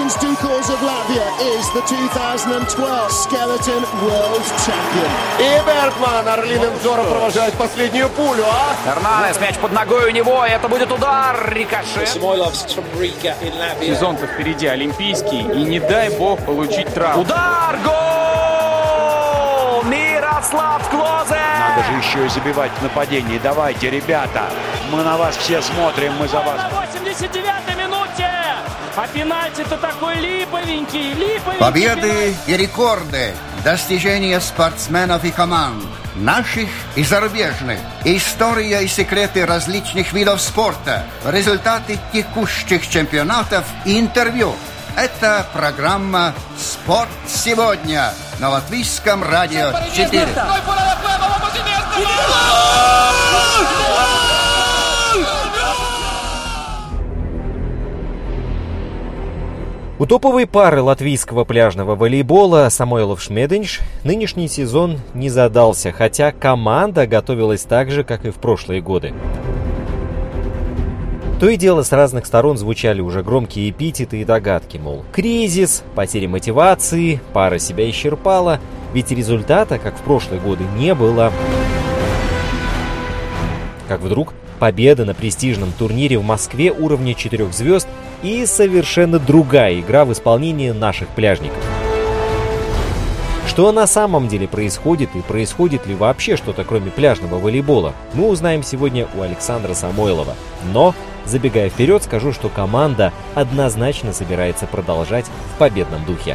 Martins Dukals of Latvia is the 2012 Skeleton World Champion. И Бергман, орлиным взором провожает последнюю пулю, а? Эрнанес, мяч под ногой у него, это будет удар, рикошет. Сезон-то впереди олимпийский, и не дай бог получить травму. Удар, гол! Мирослав Клозе! Надо же еще и забивать в нападении. Давайте, ребята, мы на вас все смотрим, мы за вас. На 89-й минуте! А пенальти-то такой липовенький. Победы и рекорды, достижения спортсменов и команд, наших и зарубежных, история и секреты различных видов спорта, результаты текущих чемпионатов и интервью. Это программа «Спорт сегодня» на Латвийском радио 4. У топовой пары латвийского пляжного волейбола Самойлов-Шмединш нынешний сезон не задался, хотя команда готовилась так же, как и в прошлые годы. То и дело с разных сторон звучали уже громкие эпитеты и догадки, мол, кризис, потеря мотивации, пара себя исчерпала, ведь результата, как в прошлые годы, не было. Как вдруг победа на престижном турнире в Москве уровня 4 звезд и совершенно другая игра в исполнении наших пляжников. Что на самом деле происходит и происходит ли вообще что-то кроме пляжного волейбола, мы узнаем сегодня у Александра Самойлова. Но, забегая вперед, скажу, что команда однозначно собирается продолжать в победном духе.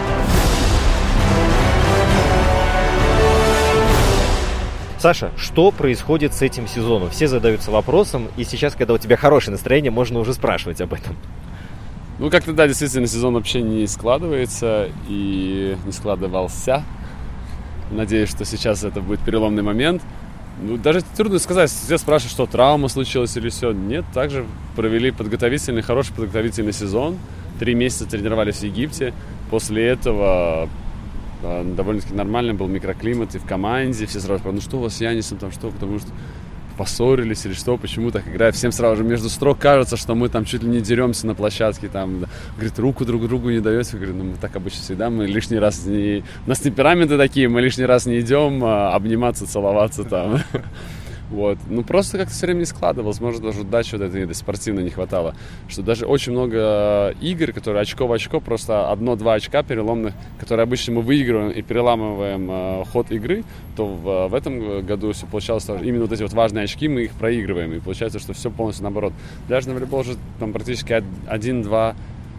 Саша, что происходит с этим сезоном? Все задаются вопросом, и сейчас, когда у тебя хорошее настроение, можно уже спрашивать об этом. Ну, как-то, да, действительно, сезон вообще не складывается и не складывался. Надеюсь, что сейчас это будет переломный момент. Ну, даже трудно сказать, все спрашивают, что травма случилась или все. Нет, также провели хороший подготовительный сезон. 3 месяца тренировались в Египте. После этого довольно-таки нормальный был микроклимат и в команде. Все сразу спрашивают, ну что у вас с Янисом там, что? Потому что поссорились или что, почему так играют. Всем сразу же между строк кажется, что мы там чуть ли не деремся на площадке. Там, говорит, руку друг другу не даете. Я говорю, ну мы так обычно всегда, мы лишний раз не... У нас темпераменты такие, мы лишний раз не идем обниматься, целоваться там. Вот. Ну, просто как-то все время не складывалось. Может, даже удачи вот этой спортивной не хватало. Что даже очень много игр, которые очко в очко, просто 1-2 очка переломных, которые обычно мы выигрываем и переламываем ход игры, то в этом году все получалось тоже. Именно вот эти вот важные очки мы их проигрываем. И получается, что все полностью наоборот. Пляжный волейбол же там практически 1-2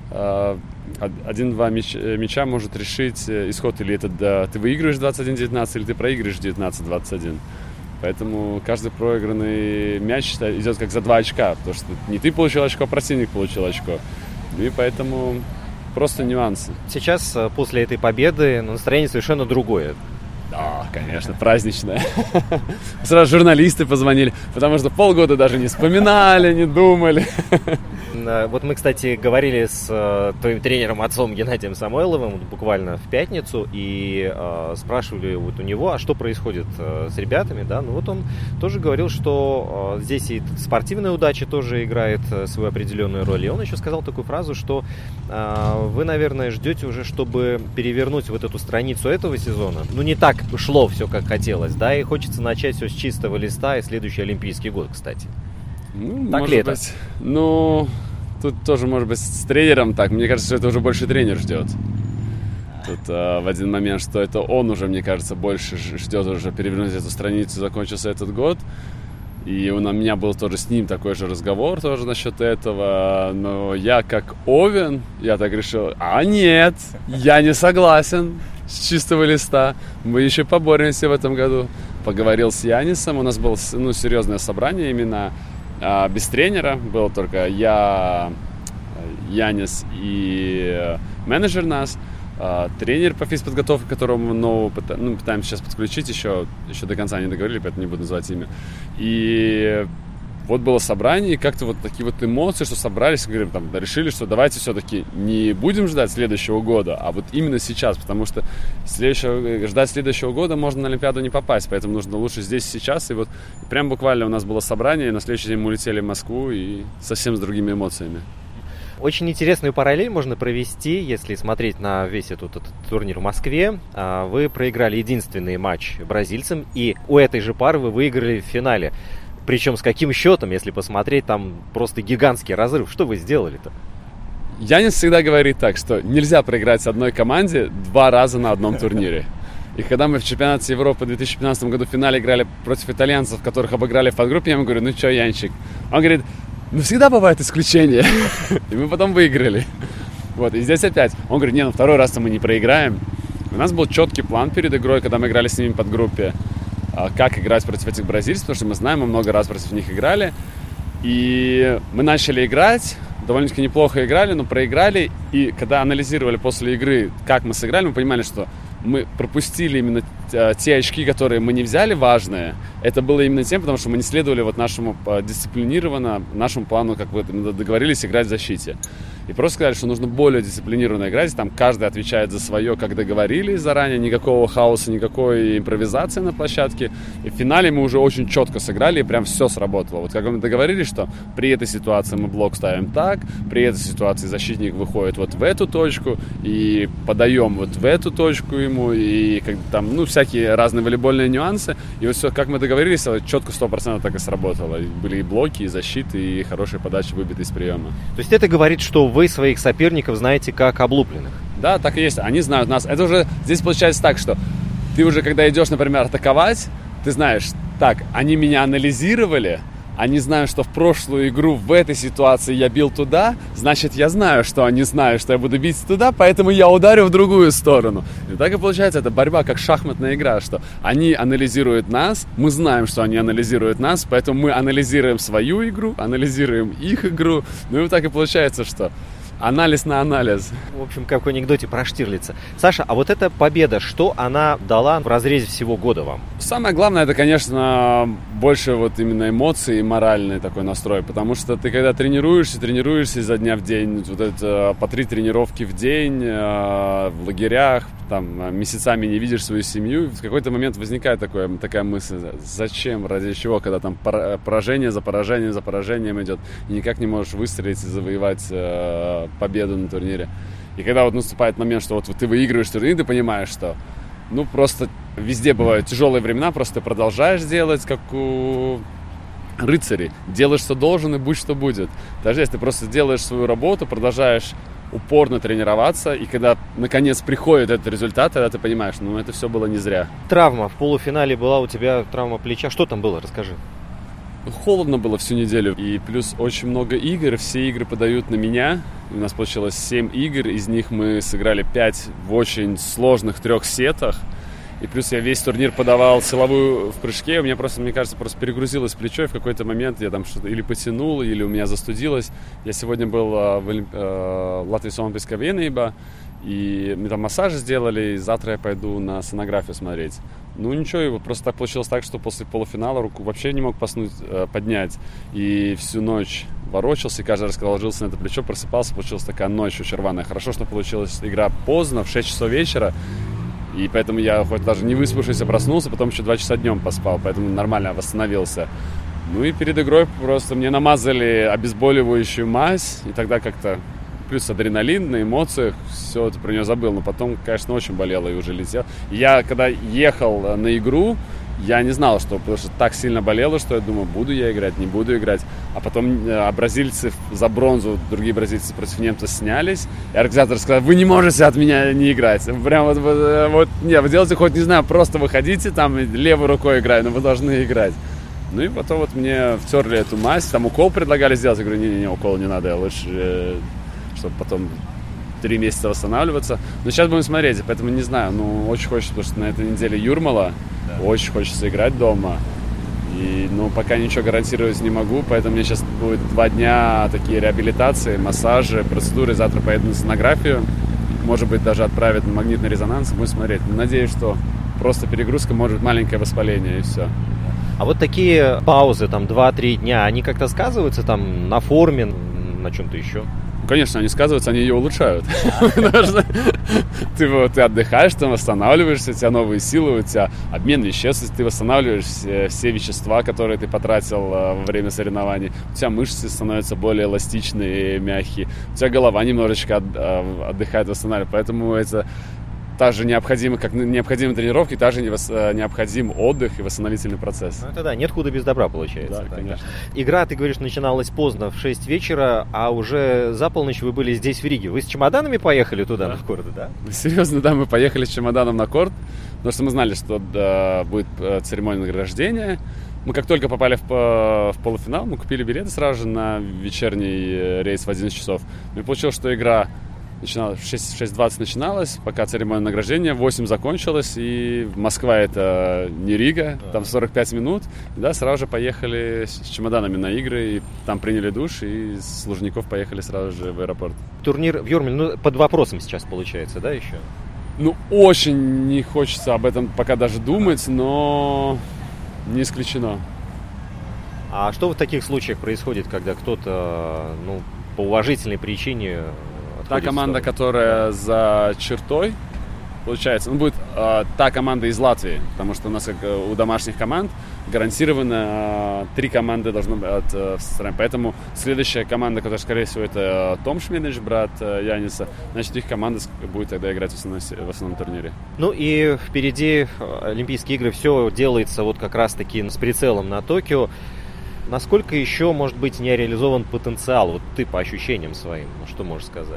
мяча может решить исход. Или это ты выигрываешь 21-19, или ты проигрываешь 19-21. Поэтому каждый проигранный мяч идет как за 2 очка, потому что не ты получил очко, а противник получил очко. И поэтому просто нюансы. Сейчас, после этой победы, настроение совершенно другое. Да, конечно, праздничное. Сразу журналисты позвонили, потому что полгода даже не вспоминали, не думали. Вот мы, кстати, говорили с твоим тренером, отцом Геннадием Самойловым буквально в пятницу и спрашивали вот у него, а что происходит с ребятами, да, ну вот он тоже говорил, что здесь и спортивная удача тоже играет свою определенную роль, и он еще сказал такую фразу, что вы, наверное, ждете уже, чтобы перевернуть вот эту страницу этого сезона, ну не так шло все, как хотелось, да, и хочется начать все с чистого листа, и следующий Олимпийский год, кстати. Ну, так ли это? Быть, ну, тут тоже, может быть, с тренером так. Мне кажется, что это уже больше тренер ждет. Тут в один момент, что это он уже, мне кажется, больше ждет уже перевернуть эту страницу, закончился этот год. И у меня был тоже с ним такой же разговор тоже насчет этого. Но я как Овен, я так решил, нет, я не согласен с чистого листа. Мы еще поборемся в этом году. Поговорил с Янисом, у нас было серьезное собрание именно без тренера. Был только я, Янис и менеджер нас. Тренер по физподготовке, которому мы пытаемся сейчас подключить, еще до конца не договорили, поэтому не буду называть имя. И вот было собрание, и как-то вот такие вот эмоции, что собрались, говорим, там, решили, что давайте все-таки не будем ждать следующего года, а вот именно сейчас, потому что ждать следующего года можно на Олимпиаду не попасть, поэтому нужно лучше здесь сейчас. И вот прям буквально у нас было собрание, и на следующий день мы улетели в Москву и совсем с другими эмоциями. Очень интересную параллель можно провести, если смотреть на весь этот турнир в Москве. Вы проиграли единственный матч бразильцам, и у этой же пары вы выиграли в финале. Причем с каким счетом, если посмотреть, там просто гигантский разрыв. Что вы сделали-то? Янис всегда говорит так, что нельзя проиграть одной команде 2 раза на одном турнире. И когда мы в чемпионате Европы в 2015 году в финале играли против итальянцев, которых обыграли в подгруппе, я ему говорю, ну что, Янчик? Он говорит, ну всегда бывают исключения. И мы потом выиграли. Вот, и здесь опять. Он говорит, не, ну 2-й раз-то мы не проиграем. У нас был четкий план перед игрой, когда мы играли с ними под группе, как играть против этих бразильцев, потому что мы знаем, мы много раз против них играли. И мы начали играть, довольно-таки неплохо играли, но проиграли. И когда анализировали после игры, как мы сыграли, мы понимали, что мы пропустили именно те очки, которые мы не взяли, важные. Это было именно тем, потому что мы не следовали вот нашему дисциплинированно, нашему плану, как бы договорились играть в защите. И просто сказали, что нужно более дисциплинированно играть. Там каждый отвечает за свое, как договорились заранее. Никакого хаоса, никакой импровизации на площадке. И в финале мы уже очень четко сыграли, и прям все сработало. Вот как мы договорились, что при этой ситуации мы блок ставим так, при этой ситуации защитник выходит вот в эту точку, и подаем вот в эту точку ему, и как там, ну, всякие разные волейбольные нюансы. И вот все, как мы договорились, четко 100% так и сработало. Были и блоки, и защиты, и хорошие подачи, выбиты из приема. То есть это говорит, что вы своих соперников знаете как облупленных? Да, так и есть. Они знают нас. Это уже здесь получается так, что ты уже, когда идешь, например, атаковать, ты знаешь, так, они меня анализировали, они знают, что в прошлую игру в этой ситуации я бил туда, значит, я знаю, что они знают, что я буду бить туда, поэтому я ударю в другую сторону. И так и получается, это борьба, как шахматная игра, что они анализируют нас, мы знаем, что они анализируют нас, поэтому мы анализируем свою игру, анализируем их игру. Ну и вот так и получается, что анализ на анализ. В общем, как в анекдоте про Штирлица. Саша, а вот эта победа, что она дала в разрезе всего года вам? Самое главное, это, конечно, больше вот именно эмоций и моральный такой настрой, потому что ты когда тренируешься изо дня в день, вот это по 3 тренировки в день, в лагерях, там, месяцами не видишь свою семью, в какой-то момент возникает такая мысль, зачем, ради чего, когда там поражение за поражением идет, и никак не можешь выстрелить и завоевать победу на турнире. И когда вот наступает момент, что вот ты выигрываешь турнир, ты понимаешь, что ну просто везде бывают тяжелые времена, просто ты продолжаешь делать, как у рыцарей. Делаешь, что должен, и будь, что будет. Даже если ты просто делаешь свою работу, продолжаешь упорно тренироваться, и когда наконец приходит этот результат, тогда ты понимаешь, ну это все было не зря. Травма. В полуфинале была у тебя травма плеча. Что там было? Расскажи. Холодно было всю неделю, и плюс очень много игр, все игры подают на меня. У нас получилось 7 игр, из них мы сыграли 5 в очень сложных 3 сетах. И плюс я весь турнир подавал силовую в прыжке, у меня просто, мне кажется, перегрузилось плечо, и в какой-то момент я там что-то или потянул, или у меня застудилось. Я сегодня был в Латвийской Олимпийской vienība, и мне там массаж сделали, и завтра я пойду на сонографию смотреть. Ну ничего, просто так получилось так, что после полуфинала руку вообще не мог поднять. И всю ночь ворочался, и каждый раз, когда ложился на это плечо, просыпался, получилась такая ночь очень рваная. Хорошо, что получилась игра поздно, в 6 часов вечера. И поэтому я хоть даже не выспавшийся проснулся, потом еще 2 часа днем поспал, поэтому нормально восстановился. Ну и перед игрой просто мне намазали обезболивающую мазь, и тогда как-то плюс адреналин на эмоциях, все, ты про нее забыл. Но потом, конечно, очень болело и уже летел. И я, когда ехал на игру, я не знал, что, потому что так сильно болело, что я думаю, буду я играть, не буду играть. А потом бразильцы за бронзу, другие бразильцы против немцев снялись. И организатор сказал, вы не можете от меня не играть. Прям вот не, вы делаете хоть, не знаю, просто выходите, там левой рукой играю, но вы должны играть. Ну и потом вот мне втерли эту мазь, там укол предлагали сделать. Я говорю, не-не-не, укол не надо, я лучше, чтобы потом 3 месяца восстанавливаться. Но сейчас будем смотреть, поэтому не знаю, ну очень хочется, потому что на этой неделе Юрмала, да. Очень хочется играть дома. И, ну, пока ничего гарантировать не могу, поэтому мне сейчас будет 2 дня такие реабилитации, массажи, процедуры. Завтра поеду на сонографию, может быть, даже отправят на магнитный резонанс, будем смотреть. Надеюсь, что просто перегрузка, может быть, маленькое воспаление, и все. А вот такие паузы, там, 2-3 дня, они как-то сказываются там на форме, на чем-то еще? конечно, они сказываются, они ее улучшают. Ты отдыхаешь, там восстанавливаешься, у тебя новые силы, у тебя обмен веществ, ты восстанавливаешь все вещества, которые ты потратил во время соревнований. У тебя мышцы становятся более эластичные, мягкие. У тебя голова немножечко отдыхает, восстанавливает. Поэтому это также необходимо, как необходимы тренировки, также необходим отдых и восстановительный процесс. Ну это да, нет худа без добра получается. Да, конечно. Игра, ты говоришь, начиналась поздно, в 6 вечера, а уже за полночь вы были здесь в Риге. Вы с чемоданами поехали туда, на корт, да? Серьезно, да, мы поехали с чемоданом на корт, потому что мы знали, что будет церемония награждения. Мы как только попали в полуфинал, мы купили билеты сразу же на вечерний рейс в 11 часов. И получилось, что игра в 6:20 начиналась, пока церемония награждения, в 8 закончилась, и Москва — это не Рига, там 45 минут. И, да, сразу же поехали с чемоданами на игры, и там приняли душ, и с Лужников поехали сразу же в аэропорт. Турнир в Юрмале, под вопросом сейчас получается, да, еще? Очень не хочется об этом пока даже думать, но не исключено. А что в таких случаях происходит, когда кто-то, по уважительной причине... Та команда, которая за чертой, получается, будет та команда из Латвии, потому что у нас, как у домашних команд, гарантированно 3 команды должны быть от страны. Поэтому следующая команда, которая, скорее всего, это Том Шмидич, брат Яниса, значит, их команда будет тогда играть в основном турнире. И впереди Олимпийские игры, все делается вот как раз-таки с прицелом на Токио. Насколько еще может быть не реализован потенциал? Вот ты по ощущениям своим, что можешь сказать?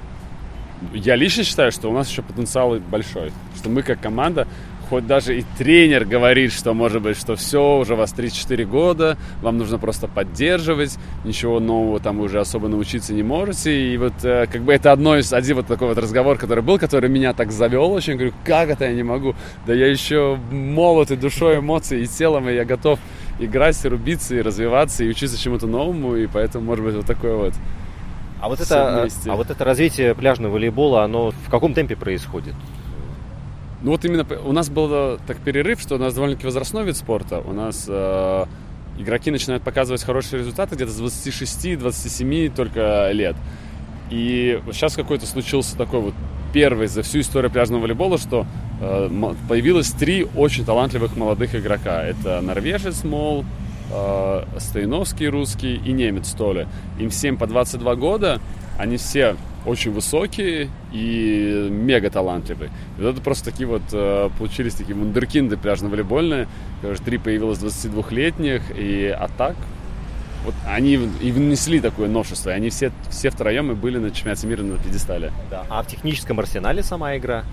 Я лично считаю, что у нас еще потенциал большой. Что мы как команда, хоть даже и тренер говорит, что может быть, что все, уже у вас 34 года, вам нужно просто поддерживать, ничего нового там уже особо научиться не можете. И вот как бы это один вот такой вот разговор, который был, который меня так завел очень. Говорю, как это я не могу? Да я еще молод и душой, эмоций, и телом, и я готов играть, и рубиться, и развиваться, и учиться чему-то новому, и поэтому, может быть, вот такое вот. А вот это развитие пляжного волейбола, оно в каком темпе происходит? Вот именно у нас был так перерыв, что у нас довольно-таки возрастной вид спорта. У нас игроки начинают показывать хорошие результаты где-то с 26-27 только лет. И сейчас какой-то случился такой вот первый за всю историю пляжного волейбола, что появилось 3 очень талантливых молодых игрока. Это норвежец Мол, Стояновский русский и немец Толе. Им всем по 22 года, они все очень высокие и мега талантливые. И вот это просто такие вот получились такие вундеркинды пляжно-волейбольные. 3 появилось 22-летних, а так вот они и внесли такое новшество. И они все втроем и были на чемпионате мира на пьедестале. Да. А в техническом арсенале сама игра?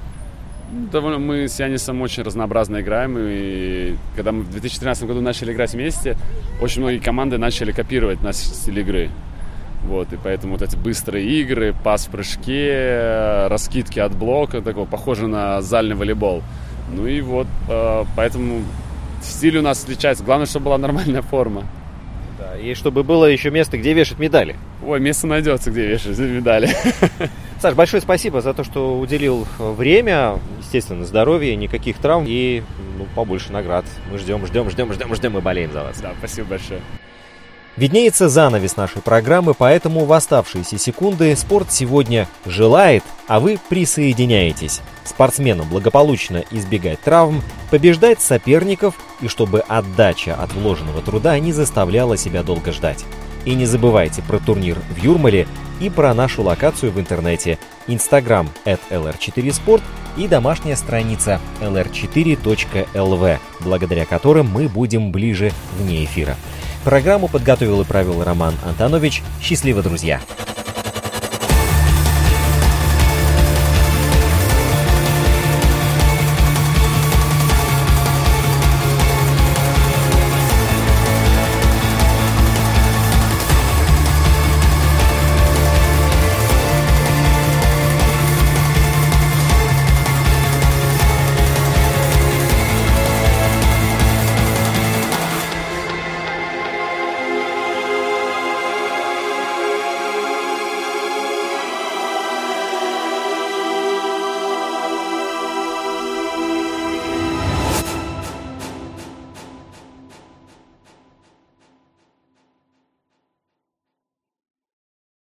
Мы с Янисом очень разнообразно играем, и когда мы в 2013 году начали играть вместе, очень многие команды начали копировать наш стиль игры. Вот, и поэтому вот эти быстрые игры, пас в прыжке, раскидки от блока, такого похоже на зальный волейбол. И вот, поэтому стиль у нас отличается. Главное, чтобы была нормальная форма. Да, и чтобы было еще место, где вешать медали. Ой, место найдется, где вешать медали. Саш, большое спасибо за то, что уделил время. Естественно, здоровья, никаких травм и побольше наград. Мы ждем и болеем за вас. Да, спасибо большое. Виднеется занавес нашей программы, поэтому в оставшиеся секунды спорт сегодня желает, а вы присоединяетесь. Спортсменам благополучно избегать травм, побеждать соперников и чтобы отдача от вложенного труда не заставляла себя долго ждать. И не забывайте про турнир в Юрмале и про нашу локацию в интернете, Instagram @lr4sport и домашняя страница lr4.lv, благодаря которым мы будем ближе вне эфира. Программу подготовил и провел Роман Антонович. Счастливо, друзья!